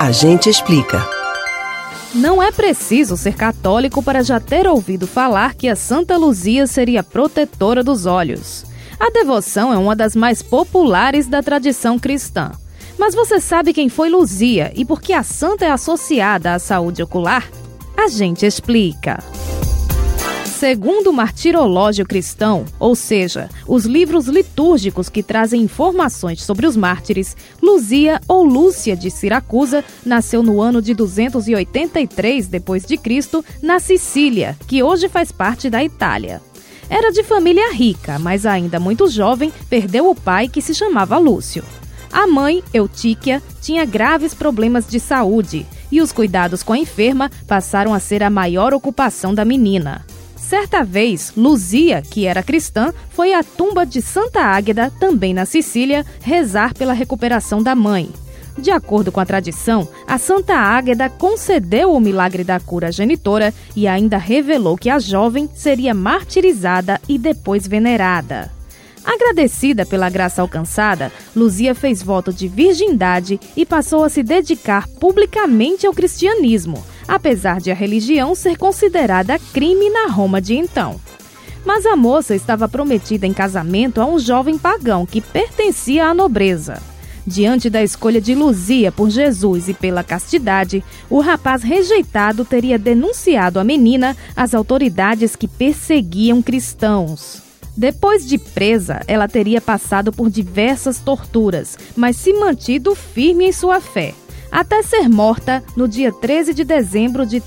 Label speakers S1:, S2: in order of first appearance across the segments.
S1: A gente explica.
S2: Não é preciso ser católico para já ter ouvido falar que a Santa Luzia seria protetora dos olhos. A devoção é uma das mais populares da tradição cristã. Mas você sabe quem foi Luzia e por que a santa é associada à saúde ocular? A gente explica. Segundo o martirológio cristão, ou seja, os livros litúrgicos que trazem informações sobre os mártires, Luzia ou Lúcia de Siracusa nasceu no ano de 283 d.C. na Sicília, que hoje faz parte da Itália. Era de família rica, mas ainda muito jovem, perdeu o pai que se chamava Lúcio. A mãe, Eutíquia, tinha graves problemas de saúde e os cuidados com a enferma passaram a ser a maior ocupação da menina. Certa vez, Luzia, que era cristã, foi à tumba de Santa Águeda, também na Sicília, rezar pela recuperação da mãe. De acordo com a tradição, a Santa Águeda concedeu o milagre da cura à genitora e ainda revelou que a jovem seria martirizada e depois venerada. Agradecida pela graça alcançada, Luzia fez voto de virgindade e passou a se dedicar publicamente ao cristianismo, apesar de a religião ser considerada crime na Roma de então. Mas a moça estava prometida em casamento a um jovem pagão que pertencia à nobreza. Diante da escolha de Luzia por Jesus e pela castidade, o rapaz rejeitado teria denunciado a menina às autoridades que perseguiam cristãos. Depois de presa, ela teria passado por diversas torturas, mas se mantido firme em sua fé, até ser morta no dia 13 de dezembro de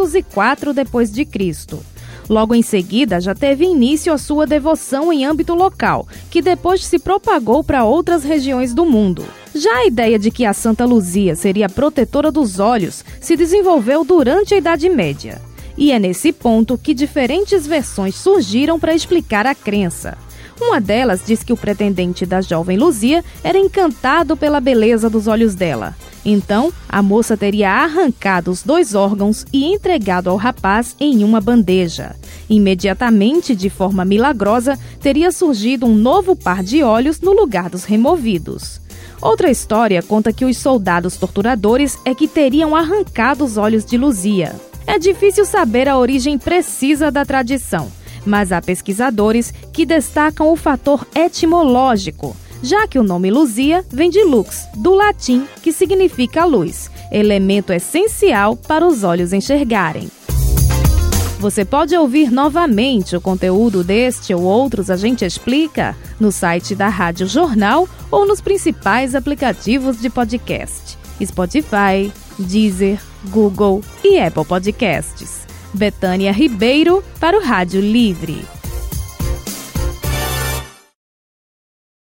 S2: 304 d.C. Logo em seguida, já teve início a sua devoção em âmbito local, que depois se propagou para outras regiões do mundo. Já a ideia de que a Santa Luzia seria protetora dos olhos se desenvolveu durante a Idade Média. E é nesse ponto que diferentes versões surgiram para explicar a crença. Uma delas diz que o pretendente da jovem Luzia era encantado pela beleza dos olhos dela. Então, a moça teria arrancado os 2 órgãos e entregado ao rapaz em uma bandeja. Imediatamente, de forma milagrosa, teria surgido um novo par de olhos no lugar dos removidos. Outra história conta que os soldados torturadores é que teriam arrancado os olhos de Luzia. É difícil saber a origem precisa da tradição, mas há pesquisadores que destacam o fator etimológico, já que o nome Luzia vem de lux, do latim, que significa luz, elemento essencial para os olhos enxergarem. Você pode ouvir novamente o conteúdo deste ou outros A Gente Explica no site da Rádio Jornal ou nos principais aplicativos de podcast: Spotify, Deezer, Google e Apple Podcasts. Betânia Ribeiro para o Rádio Livre.